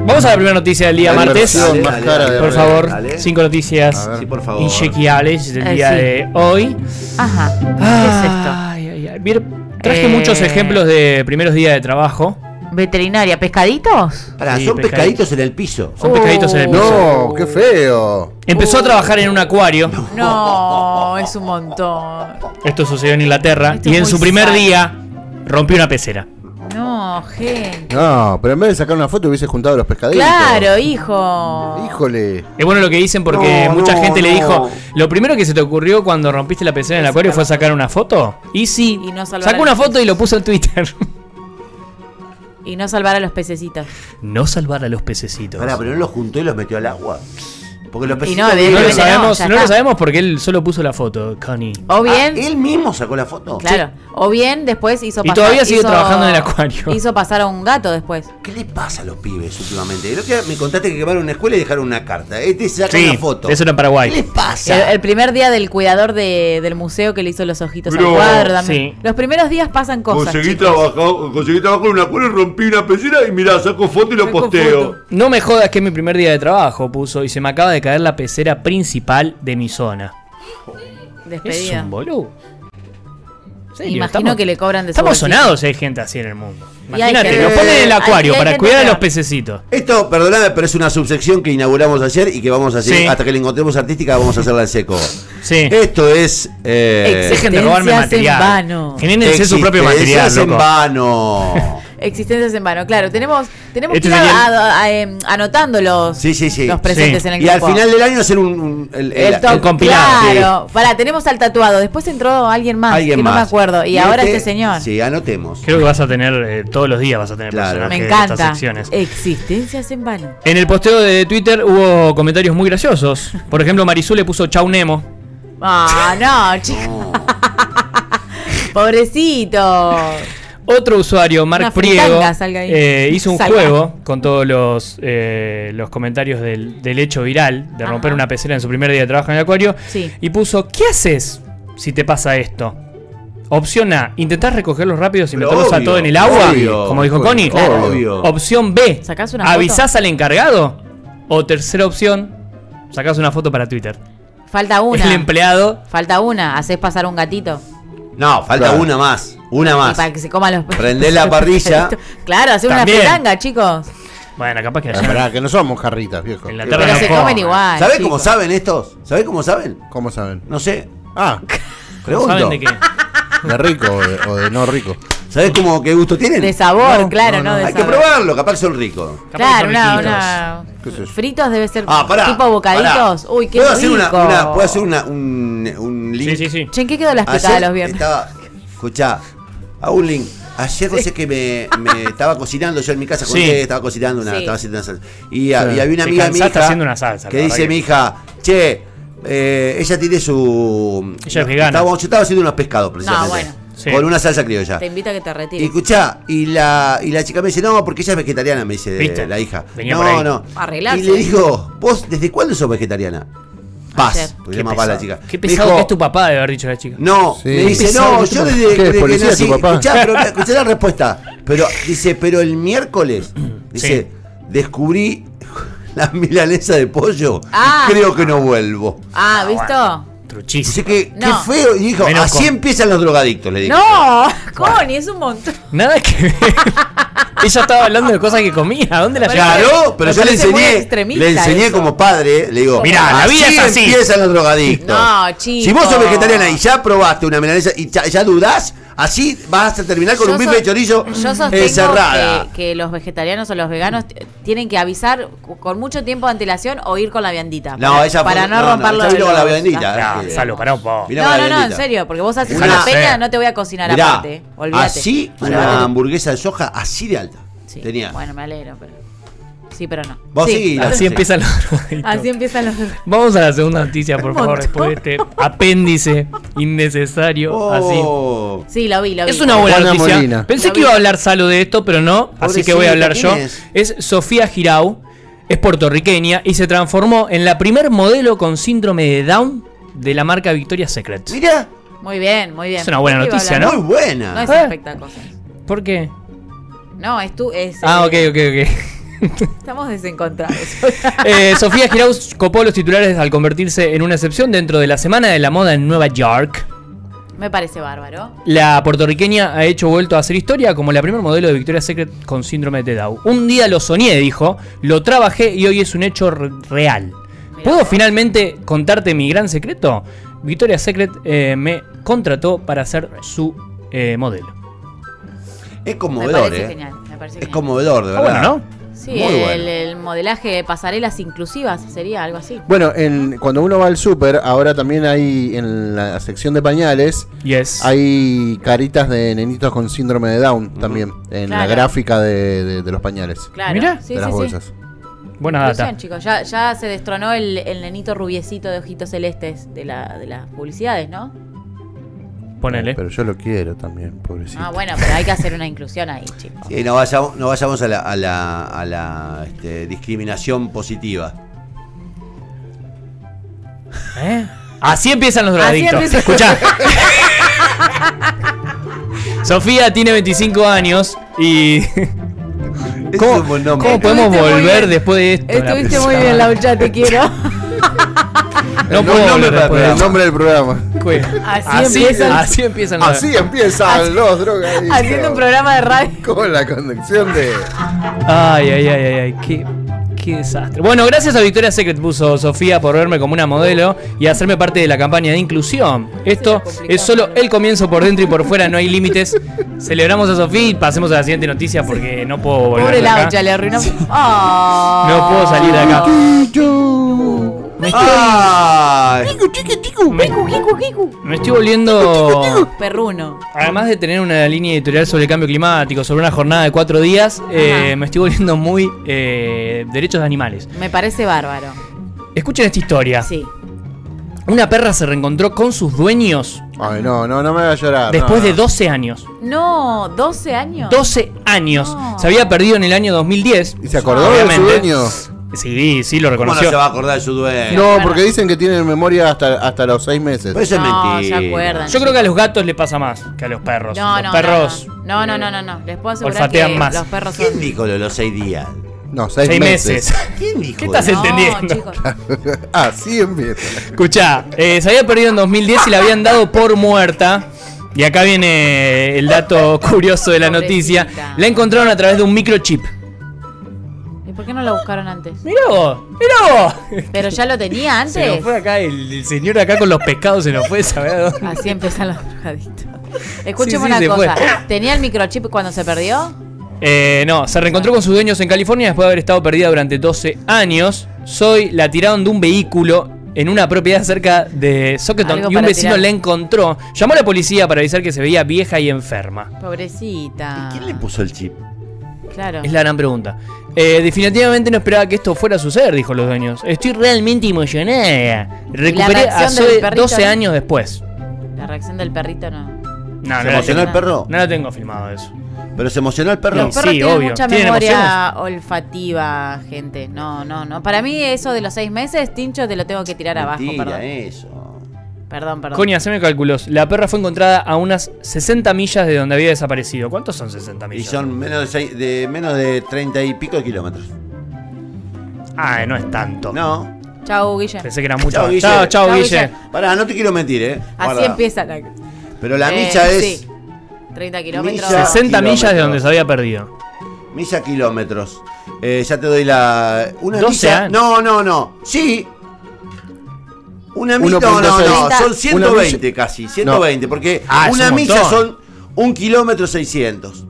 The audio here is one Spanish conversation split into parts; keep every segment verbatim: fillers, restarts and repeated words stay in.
Vamos a la primera noticia del día La martes. versión más cara de Por Red. favor, Dale. cinco noticias Sí, por favor. inchequeables del Eh, día sí. de hoy. Ajá. ¿Qué Ay, ay, ay. Bien, traje Eh. muchos ejemplos de primeros días de trabajo. es esto? ¿Veterinaria? ¿Pescaditos? Pará, Sí, son pescadito. pescaditos en el piso. Son pescaditos en el piso. No, qué feo. Empezó a trabajar en un acuario. No, es un montón. Esto sucedió en Inglaterra. Esto Y es en muy su primer sad. día rompió una pecera. No, gente. No, pero en vez de sacar una foto hubiese juntado los pescaditos. Claro, hijo. Híjole. Es bueno lo que dicen porque No, mucha no, gente le no. dijo, lo primero que se te ocurrió cuando rompiste la pecera en el acuario fue sacar una foto. Y sí, Y no salvar sacó a una los foto y lo puso en Twitter. Y no salvar a los pececitos. No salvar a los pececitos. Pará, pero no los juntó y los metió al agua. Porque los Y pesitos. no, No lo evidentemente sabemos, ya no lo está. sabemos porque él solo puso la foto, Connie. O bien, Ah, él mismo sacó la foto. claro. O bien después hizo Y pasar. todavía sigue hizo- trabajando en el acuario. Hizo pasar a un gato después. ¿Qué le pasa a los pibes últimamente? El otro día me contaste que quemaron una escuela y dejaron una carta. Este saca Sí, una foto. eso era en ¿Qué Paraguay. les pasa? El, el primer día del cuidador de- del museo que le hizo los ojitos Bro, al cuadro. también. sí. Los primeros días pasan cosas. Conseguí chicos. trabajo, conseguí trabajo en una escuela y rompí una pecera y mirá, saco foto y lo Saco posteo. foto. No me jodas que es mi primer día de trabajo, puso, y se me acaba de caer la pecera principal de mi zona. Es Despedida. un boludo. ¿En serio? Imagino Estamos- que le cobran de su Estamos bolsillo. sonados si hay gente así en el mundo. Y hay Imagínate, gente- lo ponen en el hay- acuario hay para gente cuidar a que- los pececitos. Esto, perdóname, pero es una subsección que inauguramos ayer y que vamos a hacer Sí. hasta que la encontremos artística, vamos a hacerla en seco. Sí. Esto es. Eh, Dejen de robarme Existencias material. en vano. Genénense su propio material, existencias en loco. vano. Existencias en vano, claro. Tenemos, tenemos Este que ir sería a- a- a- em, anotando los, Sí, sí, sí. los presentes Sí. en el Y al grupo. final del año hacer un. un- el, El el- top, el compilado, claro. Pará, tenemos al tatuado. Después entró alguien más, alguien que más. no me acuerdo. Y, ahora este señor. Sí, anotemos. Creo que vas a tener, eh, todos los días vas a tener Claro. personajes Me de estas encanta. secciones. Existencias en vano. En el posteo de Twitter hubo comentarios muy graciosos. Por ejemplo, Marisú le puso Chau Nemo. Ah, no, chicos. No. Pobrecito. Otro usuario, Marc Una Priego, fritanga, salga ahí. eh, hizo un Salga. juego con todos los, eh, los comentarios del, del hecho viral de romper Ajá. una pecera en su primer día de trabajo en el acuario. Sí. Y puso, ¿qué haces si te pasa esto? Opción A, intentás recogerlos rápidos y Pero meterlos a obvio, todo en el agua, obvio, como dijo obvio, Connie. claro. Obvio. Opción B, ¿Sacás una foto? avisás al encargado. O tercera opción, sacás una foto para Twitter. Falta una. El empleado. Falta una. Haces pasar un gatito. No, falta Claro. una más. Una Y más. para que se coman los. Prendés la parrilla. Claro, hacer una También. fritanga, chicos. Bueno, capaz que Pero allá pará, que no somos jarritas, viejo. en la Pero tierra no se comen. comen igual. ¿Sabés chicos. cómo saben estos? ¿Sabés cómo saben? ¿Cómo saben? No sé. Ah, Pregunto. ¿Saben de qué? de rico o de, o de no rico. ¿Sabés cómo qué gusto tienen? De sabor, No, claro, no, no, no. de Hay que sabor. probarlo, capaz que son ricos. Capaz que Claro, son una, riquitos. una. ¿Qué sé yo? Fritos debe ser Ah, pará. tipo bocaditos. pará. Uy, qué ¿Puedo rico. hacer una, una- ¿Puedo hacer una, un, un link? Sí, sí, sí. Che, ¿en qué quedó la explicada de Ayer los viernes? Estaba, escuchá, a un link. Ayer no sé que me, me estaba cocinando yo en mi casa, Sí. conté, estaba cocinando una, Sí. estaba haciendo una salsa. Y, a- Sí. y había una Te amiga de mi cansaste hija haciendo una salsa, que la dice verdad mi que- hija, che, eh, ella tiene su... Ella es vegana. Estaba- yo estaba haciendo unos pescados precisamente. bueno. Sí. Con una salsa criolla. Te invito a que te Y retires. escuchá, y la, y la chica me dice, no, porque ella es vegetariana, me dice ¿Viste? la hija. Venía por ahí. no, no. Arreglarse. Y le digo, ¿vos desde cuándo sos vegetariana? Paz, Ayer. porque Qué llama Paz la pesado. chica. Qué Me pesado dijo, que es tu papá de haber dicho la chica. No, Sí. me dice, Pesado, no, ¿qué yo tu- desde, qué es, desde que policía nací, tu papá? escuchá, pero escuchá la respuesta. Pero, dice, pero el miércoles, dice, descubrí la milanesa de pollo Ah. y creo que no vuelvo. Ah, ¿visto? Dice Truchísimo. que, No. qué feo, y dijo, Menos así con- empiezan los drogadictos, le digo. No, Connie, es un montón. Nada que ver. Ella estaba hablando de cosas que comía. ¿Dónde la Bueno, llevaron? Claro, pero Me yo le parece muy enseñé, extremista le enseñé eso. como padre, le digo, Mirá, la vida es así. empiezan los drogadictos. No, chicos. Si vos sos vegetariana y ya probaste una milanesa y ya, ya dudás, así vas a terminar con Yo un bife so- de chorizo Yo sostengo encerrada. que, que los vegetarianos o los veganos t- tienen que avisar cu- con mucho tiempo de antelación o ir con la viandita. No, para, esa para fue- no, no, no, romperlo. ella de vino con la los- viandita, las- No, eh. Salo, pará un poco. Mirá No, con no, la no, en viandita. serio, porque vos haces Una- una peña, Sí. no te voy a cocinar Mirá, aparte. Olvídate. así Olvídate. una hamburguesa de soja así de alta. Sí. Tenía. Bueno, me alegro, pero. Sí, pero no. Vos sí, la- Así Sí. empiezan los drogadictos. Así empiezan los. Vamos a la segunda noticia, por Un favor, montón. después de este apéndice innecesario. Así. Oh. Sí, lo vi, lo vi. Es una buena Juana noticia. Molina. Pensé Lo que vi. iba a hablar Salo de esto, pero no. Así que voy a hablar yo. Pobrecita, ¿quién Es Sofía Girau, es puertorriqueña y se transformó en la primer modelo con síndrome de Down de la marca Victoria's Secret. Mirá, Muy bien, muy bien. Es una buena ¿Qué iba a noticia, hablar? muy buena. No es Eh. espectáculo. ¿Por qué? No, es tú. Es, Ah, eh, ok, ok, ok. Estamos desencontrados. Eh, Sofía Giraus copó los titulares al convertirse en una excepción dentro de la Semana de la Moda en Nueva York. Me parece bárbaro. La puertorriqueña ha hecho vuelto a hacer historia como la primer modelo de Victoria's Secret con síndrome de Down. Un día lo soñé, dijo, lo trabajé y hoy es un hecho re- real. ¿Puedo finalmente contarte mi gran secreto? Victoria's Secret eh, me contrató para ser su eh, modelo. Es Me conmovedor, parece ¿eh? genial. Me parece Es genial. conmovedor, de Ah, verdad. bueno, ¿no? Sí, Muy el, bueno. el modelaje de pasarelas inclusivas sería algo así. Bueno, en, cuando uno va al súper, ahora también hay en la sección de pañales, Yes. hay caritas de nenitos con síndrome de Down también, en la Claro. gráfica de, de- de los pañales, Claro. Mirá. sí, de las sí, sí. bolsas. Buena data. Inclusión, chicos. Ya, ya se destronó el, el nenito rubiecito de ojitos celestes de, la, de las publicidades, ¿no? Ponele. Pero yo lo quiero también, pobrecito. Ah, bueno, pero hay que hacer una inclusión ahí, chicos. Sí, no vayamos, no vayamos a la, a la, a la este, discriminación positiva. ¿Eh? Así empiezan los Así drogadictos. empieza- Escuchá. Sofía tiene veinticinco años y. Ese ¿Cómo, es un buen nombre. cómo podemos Estuviste muy volver bien. después de esto? Estuviste La muy pesada. bien, Laucha, te quiero. No El puedo nombre volver para- después de el esto. nombre del programa. Así Así, empiezan- así empiezan los- Así empiezan los drogadictos. Haciendo un programa de radio. Con la conducción de... Ay, ay, ay, ay, ay, qué, qué desastre. Bueno, gracias a Victoria's Secret puso Sofía por verme como una modelo y hacerme parte de la campaña de inclusión. Esto complicado, es solo pero- el comienzo, por dentro y por fuera no hay límites. Celebramos a Sofía y pasemos a la siguiente noticia porque no puedo volver Pobre de acá. Laucha, le arruinó. Oh. No puedo salir de acá. ¡Ay! Me, Jicu, jicu. me estoy volviendo... Perruno. Además de tener una línea editorial sobre el cambio climático, sobre una jornada de cuatro días, eh, Ajá. me estoy volviendo muy eh, derechos de animales. Me parece bárbaro. Escuchen esta historia. Sí. Una perra se reencontró con sus dueños Ay, no, no, no me hagas llorar. después no. de doce años. No, doce años. doce años. No. Se había perdido en el año dos mil diez. ¿Y se acordó de su Obviamente. dueño? Sí, sí, lo ¿Cómo no reconoció. se va a acordar de su dueño? No, Bueno. porque dicen que tienen memoria hasta, hasta los seis meses. Pero eso es No, mentira. se acuerdan. Yo creo que a los gatos le pasa más que a los perros. No, los no, perros no, no, no, no, no, no. Les puedo asegurar olfatean que más. los perros ¿Quién son. dijo lo de los seis días? No, seis, seis meses. meses. ¿Quién dijo ¿Qué estás eso? entendiendo? chicos. Así empieza. Escuchá, eh, se había perdido en dos mil diez y la habían dado por muerta. Y acá viene el dato curioso de la noticia. Pobrecita. La encontraron a través de un microchip. ¿Y por qué no la buscaron antes? Mirá vos, mirá vos. Pero ya lo tenía Se nos antes. fue acá, el, el señor acá con los pescados se nos fue, ¿sabés a dónde? Así empiezan los drogadictos. Escúcheme Sí, sí, se una cosa. fue. ¿Tenía el microchip cuando se perdió? Eh, no, se reencontró con sus dueños en California después de haber estado perdida durante doce años. Soy la tiraron de un vehículo en una propiedad cerca de Soqueton Algo y un para vecino tirar. la encontró. Llamó a la policía para avisar que se veía vieja y enferma. Pobrecita. ¿Quién le puso el chip? Claro. Es la gran pregunta. Eh, definitivamente no esperaba que esto fuera a suceder, dijo los dueños. Estoy realmente emocionada. Recuperé a reacción del Zoe perrito, doce ¿no? años después. La reacción del perrito no. No, ¿Se no la emocionó tengo, el perro? no la tengo filmado eso. ¿Pero se emocionó el perro? Los perros Sí, tienen obvio. mucha ¿Tienen memoria olfativa, gente. No, no, no. Para mí eso de los seis meses, Tincho, te lo tengo que tirar abajo, Mentira, perdón. eso. Perdón, perdón. Coña, haceme cálculos. La perra fue encontrada a unas sesenta millas de donde había desaparecido. ¿Cuántos son sesenta Y millas? son menos de, seis- de menos de treinta y pico de kilómetros. Ah, no es tanto. No. Chau, Guille. Pensé que era mucho. Chao, Guille. Chao, chao, Chao, Guille. Guille. Pará, no te quiero mentir, ¿eh? Así Guarda. empieza la. Pero la Eh, milla es sí. treinta kilómetros. Milla. sesenta millas de kilómetros. donde se había perdido. milla kilómetros. Eh, ya te doy la. Una doce milla. años. No, no, no. Sí. Una milla. uno No, punto no, seis. no. Son Una ciento veinte milla- casi. ciento veinte. Porque Ah, es una un milla montón. son un kilómetro seiscientos.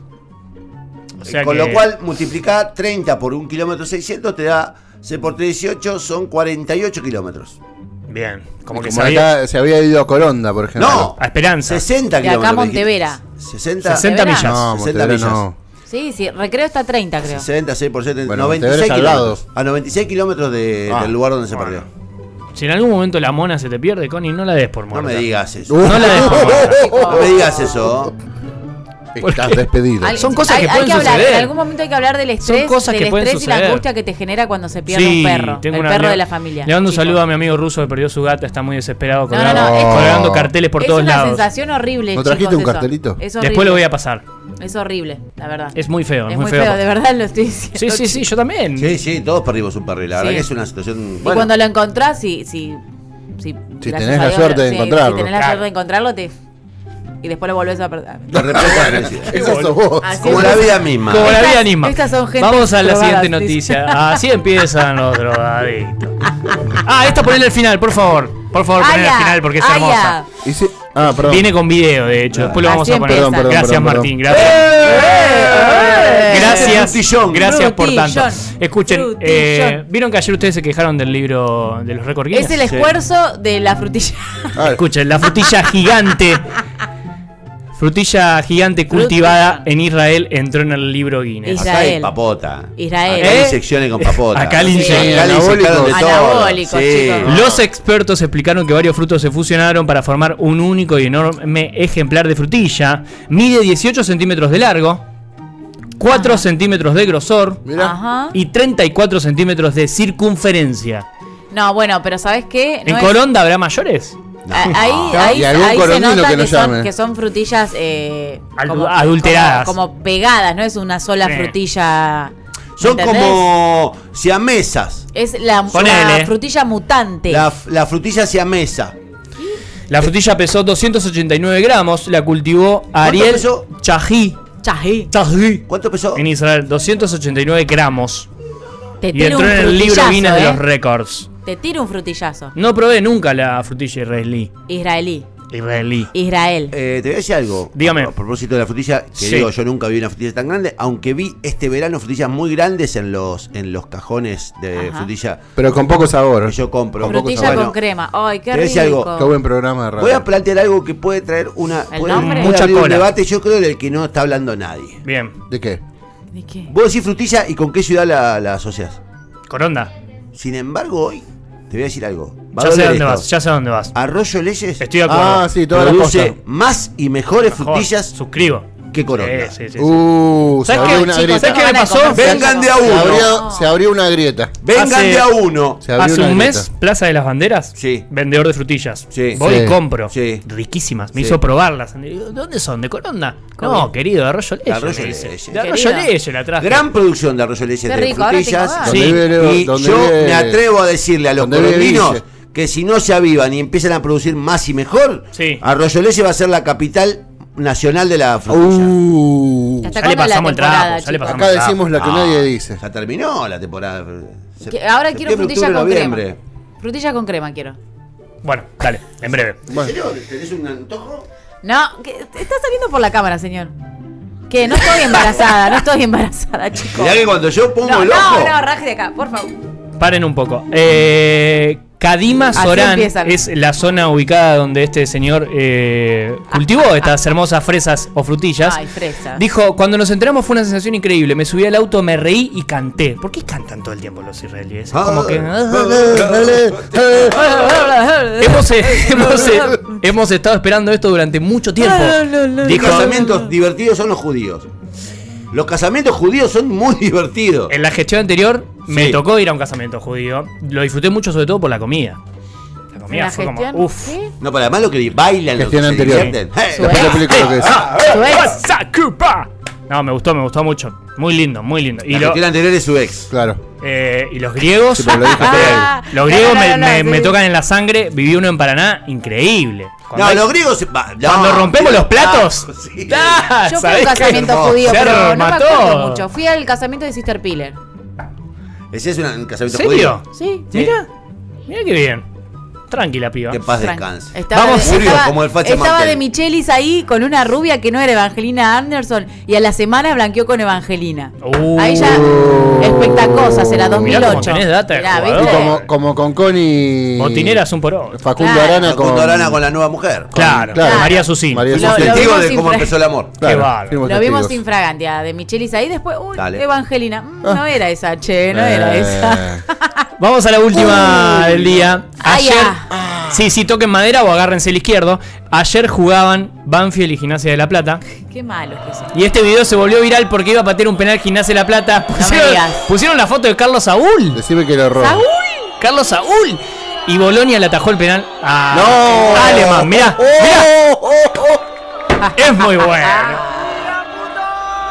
O sea Con que- lo cual, multiplica treinta por un kilómetro seiscientos, te da. C por tres, dieciocho, son cuarenta y ocho kilómetros. Bien. Como Como que se había. acá se había ido a Coronda, por ejemplo. No, A Esperanza. sesenta De acá a kilómetros. Montevera. sesenta, sesenta ¿De millas. veras? No, sesenta Montevera millas. no. Sí, sí. Recreo está a treinta, creo. sesenta, seis por siete, Bueno, noventa y seis Montevera es al kilómetros. A noventa y seis kilómetros de- Ah, del lugar donde se bueno. perdió. Si en algún momento la mona se te pierde, Connie, no la des por No muerta. me digas eso. No la des por muerta. No me digas eso. Estás despedido. Al- Son cosas hay- que hay pueden hablar, suceder. En algún momento hay que hablar del estrés, cosas del que pueden estrés y la suceder. angustia que te genera cuando se pierde Sí, un perro. tengo El una- perro le- de la familia. Le mando un chicos. saludo a mi amigo ruso que perdió su gata, está muy desesperado, No, no, no, colgando, es- colgando carteles por es todos una lados. sensación horrible, ¿No trajiste chicos, un eso. cartelito? Es Después lo voy a pasar. Es Es horrible, la verdad. Es muy feo, Es es muy muy feo. feo, de verdad lo estoy diciendo. Sí, sí, sí, yo también. Sí, sí, todos perdimos un perro. Y la Sí. verdad que es una situación. Y Bueno, cuando lo encontrás, si, si, si, Si gracias tenés a la Dios, suerte de sí, encontrarlo. Si tenés la Claro. suerte de encontrarlo, te... y después lo volvés a perder. de repente. Esa sos vos. Así Como es. la vida misma. Como la Estas- vida anima. estas son gente Vamos a la drogadas, siguiente dice. noticia. Así empiezan los drogadictos. Ah, esta ponele al final, por favor. Por favor, ponele al Aya, final porque es aya. hermosa. Y si- Ah, perdón. Viene con video, de hecho. Después lo vamos Así a poner. empieza. Perdón, perdón, Gracias, perdón, Martín. perdón. Gracias. ¡Eh! Gracias, Frutillón. gracias por tanto. Frutillón. Escuchen, Frutillón. eh, ¿vieron que ayer ustedes se quejaron del libro de los récords Guinness? Es el esfuerzo de la frutilla. Ah, Escuchen, la frutilla gigante. Frutilla gigante cultivada en Israel entró en el libro Guinness. Acá hay Israel. papota. Israel. Acá hay ¿Eh? secciones con papota. Acá le Sí, inyectan acá le inyectaron de anabólicos. todo. Anabólicos, Sí. chicos. Los expertos explicaron que varios frutos se fusionaron para formar un único y enorme ejemplar de frutilla. Mide dieciocho centímetros de largo, cuatro centímetros de grosor Mirá. Ajá. y treinta y cuatro centímetros de circunferencia. No, bueno, pero ¿sabes qué? No ¿En es- Coronda habrá mayores? No. a- Ahí, ahí, Y algún ahí se corondino nota que que, nos son, llame. que son frutillas eh, Adu- adulteradas. Como, como pegadas, no es una sola Sí. frutilla. ¿me Son entendés? como siamesas. Es la, Ponele. la frutilla mutante. La, la frutilla siamesa. La frutilla pesó doscientos ochenta y nueve gramos, la cultivó Ariel pesó? Chahi. Chají. Chahi. ¿Cuánto pesó? En Israel, doscientos ochenta y nueve gramos. Te Y tiro entró un en el libro frutillazo, Guinness de ¿eh? los récords. Te tiro un frutillazo. No probé nunca la frutilla israelí. Israelí. Israelí. Israel. Eh, te voy a decir algo. Dígame. A, a propósito de la frutilla, que Sí. digo, yo nunca vi una frutilla tan grande, aunque vi este verano frutillas muy grandes en los en los cajones de Ajá. frutilla Pero con poco sabor. que yo compro. Frutilla Bueno, con crema. Ay, qué te voy a decir rico. algo. Qué buen programa de radio. Voy a plantear algo que puede traer una ¿El puede, nombre? puede Mucha abrir un cola. debate, yo creo, del que no está hablando nadie. Bien. ¿De qué? ¿De qué? Vos decís frutilla y con qué ciudad la, la asocias. Coronda. Sin embargo, hoy te voy a decir algo. Va a Ya sé doler a dónde esto. vas, ya sé a dónde vas. Arroyo Leyes Estoy de acuerdo. Ah, sí, todas las produce cosas. más y mejores Mejor. frutillas Suscribo. que Coronda. Sí, sí, sí, sí. Uh, se ¿Sabes abrió qué, una chicos? grieta. ¿Sabes qué me Van a pasó? comer. Vengan de a Se uno. abrió, se abrió una grieta. Vengan Hace- de a uno. Se abrió Hace una un grieta. mes, Plaza de las Banderas, Sí. vendedor de frutillas. Sí. Voy Sí. y compro. Sí. Riquísimas. Me Sí. hizo probarlas. Digo, ¿de dónde son? ¿De Coronda? ¿Cómo? No, querido, de Arroyo Leyes. Arroyo me dice. Leyes. De Arroyo Querido. Leyes la traje. Gran producción de Arroyo Leyes Qué de rico, ahora frutillas. tengo ganas. Sí. Donde vive- Y donde yo vive- me atrevo a decirle a los donde vive colombinos Guille. que si no se avivan y empiezan a producir más y mejor, Sí. Arroyo Leyes va a ser la capital nacional de la frutilla. Uh, ¿Hasta Ya le cuándo es la pasamos el temporada, trapo, ya le chicos? pasamos acá el trapo. decimos lo que Ah, nadie dice. Ya terminó la temporada. Se- Que ahora quiero septiembre, frutilla octubre, con noviembre. crema. Frutilla con crema quiero. Bueno, dale, en breve. ¿En Bueno. serio? ¿Tenés un antojo? No, que está saliendo por la cámara, señor. Que no estoy embarazada, no estoy embarazada, chicos. Mirá que cuando yo pongo No, el ojo. no, no, raje de acá, por favor. Paren un poco. Eh, Kadima Así Során empiezan. es la zona ubicada donde este señor eh, cultivó estas hermosas fresas o frutillas. Ay, fresa. Dijo, cuando nos enteramos fue una sensación increíble. Me subí al auto, me reí y canté. ¿Por qué cantan todo el tiempo los israelíes? Es como que... hemos, eh, hemos, eh, hemos estado esperando esto durante mucho tiempo. Los Dijo, casamientos divertidos son los judíos. Los casamientos judíos son muy divertidos. en la gestión anterior me Sí. tocó ir a un casamiento judío. Lo disfruté mucho sobre todo por la comida. La ¿En comida la fue gestión? como... Uf. ¿Qué? No, para además lo que bailan, lo que Gestión se anterior. divierten. Eh, Su Después te ex. explico lo que es. Su ex. Sacupa. No, me gustó, me gustó mucho. Muy lindo, muy lindo. Y, La lo- gestión anterior es su ex. Claro. eh, y los griegos... Sí, pero lo dije Ah, Los no, griegos no, me, no, no, me- sí. me tocan en la sangre. Viví uno en Paraná, increíble. Cuando No, hay- los griegos. se- va, no, Cuando rompemos sí, los platos. ah, sí. Ah, Yo fui a ¿sabés un qué? casamiento hermoso. judío, Se pero no me armató. acuerdo mucho. Fui al casamiento de Sister Piller. Ese es una- un casamiento ¿Serio? judío. Sí. Sí. Mira, mira qué bien. Tranquila, piba. Que paz Tranqui. descanse. Estaba, Vamos, de, Furio, estaba, como el facha estaba Martel. de Michelis ahí con una rubia que no era Evangelina Anderson y a la semana blanqueó con Evangelina. Uh. Ahí ya espectacosa, será dos mil Mirá ocho. cómo tenés data de Mirá, jugador. Y ¿viste? como, como con Connie. Botineras un por otro. Facundo Claro. Arana Facundo con. Arana con la nueva mujer. Claro, Claro. María Susín. María Fuimos Lo- lo testigos vimos de cómo infra- empezó el amor. Claro, Qué bárbaro. fuimos Lo vimos testigos. infragante a de Michelis ahí, después, uy, Dale. Evangelina. Mm, no era esa, che, no Eh. era esa. Vamos a la última Uy. del día. Ay, Ayer, ah. sí, sí, toquen madera o agárrense el izquierdo. Ayer jugaban Banfield y Gimnasia de La Plata. Qué malo que son. Y este video se volvió viral porque iba a patear un penal Gimnasia de La Plata. me Pusieron, digas. pusieron la foto de Carlos Saúl. Decime que lo erró. ¡Saúl! Carlos Saúl. Y Bolonia le atajó el penal a ¡No! Alemán. Mirá, Oh, mirá. oh, oh, oh. Es muy bueno.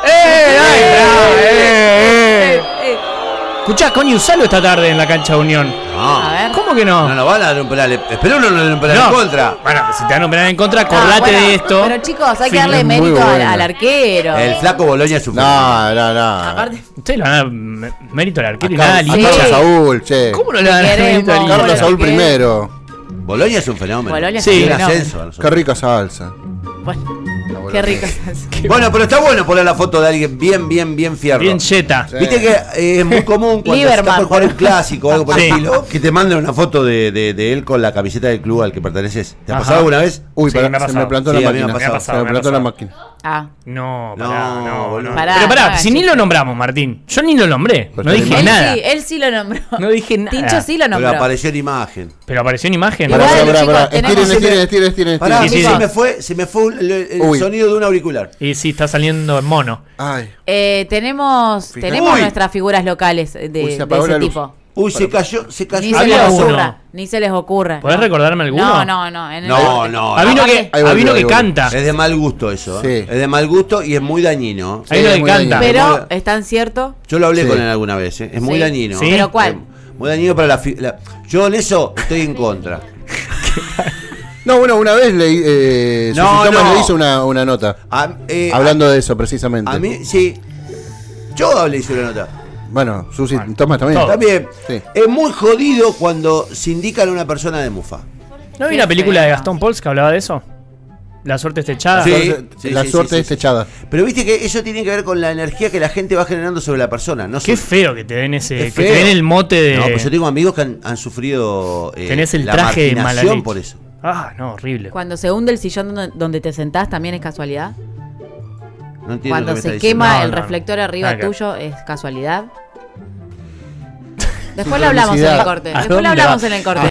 ¡Eh! ¡Ay, bravo! ¡Eh! ¡Eh! Eh, Escuchá, Connie, usalo esta tarde en la cancha de Unión. A No. ver. ¿Cómo que no? No nos van a dar un penal. Espero no nos den un penal No. en contra. Bueno, si te dan un penal en contra, Ah, acordate bueno, de esto. Pero chicos, hay que Fin. darle Es muy mérito al, bueno. al arquero. El flaco Boloña es un No, no, no. Aparte, Ustedes le van a dar m- mérito al arquero y A nada Car- al a Sí. hincha. Carlos Saúl, che. ¿Cómo no le van a dar Te mérito al queremos, hincha? Carlos Boloña. Saúl que- primero. Boloña es un fenómeno. Boloña es Sí. un Tiene fenómeno. ascenso a nosotros. Qué rica salsa. Bueno, qué rico. Bueno, pero está bueno poner la foto de alguien bien, bien, bien fierro. Bien cheta. Sí. Viste que eh, es muy común cuando Lieberman, estás por jugar un clásico o algo por el Sí. estilo, que te manden una foto de, de, de él con la camiseta del club al que perteneces. ¿Te ha Ajá. pasado alguna vez? Uy, Sí, pará, me ha se me pasado. plantó Sí, la a mí me ha máquina. pasado, Se me me ha plantó la pasado. máquina. Ah, No, No, pará, no, boludo. no. Pará, Pero pará, no, si ni chiste. lo nombramos, Martín. Yo ni lo nombré. Pero No está dije bien. él nada. sí, él sí lo nombró. No dije nada. Tincho sí lo Pero nombró. apareció en imagen. Pero apareció en imagen. Igual, Pará, pará, pará, chicos, pará. tenemos- Estiren, estiren, estiren, estiren. Pará, Sí, a mí sí, se sí. me fue, se me fue el, el Uy. sonido de un auricular. Y sí, está saliendo en mono. Ay. Eh, tenemos Fíjate. tenemos Uy. nuestras figuras locales de, Uy, se de apagó ese la luz. tipo. Uy, se cayó, se cayó. Ni se Había les uno. ocurra. Ni se les ocurra. ¿Podés no. recordarme alguno? No, no, no. en el- No, no. Hay uno Aparte- que, Ahí hay volvió, uno ahí que volvió. canta. Es de mal gusto eso. ¿eh? Sí. Es de mal gusto y es muy dañino. Hay Sí, uno es que muy canta. dañino. Pero, ¿es tan cierto? Yo lo hablé Sí. con él alguna vez. ¿eh? Es muy Sí. dañino. Sí. ¿Pero cuál? Eh, Muy dañino para la, fi- la- Yo en eso estoy en contra. No, bueno, una vez le, eh, No, Susi Thomas no. le hizo una, una nota. A, eh, Hablando de eso, precisamente. a, a mí, sí. Yo hablé hice una nota. Bueno, Susi Bueno, Thomas también. todo. También. Sí. Es muy jodido cuando se indican a una persona de mufa. ¿No vi Qué una película de feo. Gastón Pauls que hablaba de eso? La suerte está echada. Sí. La suerte- sí, la sí, suerte sí, es sí. echada. Pero viste que eso tiene que ver con la energía que la gente va generando sobre la persona. No Qué so- feo que te den ese. Es Que te feo. den el mote de. No, pues yo tengo amigos que han, han sufrido eh, Tenés el la traje de mala marginación leche. por eso. Ah, no, horrible. Cuando se hunde el sillón donde, donde te sentás, ¿también es casualidad? No entiendo Cuando qué me se está quema diciendo. No, el no, reflector no. arriba Nada que ver. tuyo, ¿es casualidad? Después lo hablamos en el Sincronicidad. corte. ¿A Después lo dónde hablamos va? en el corte.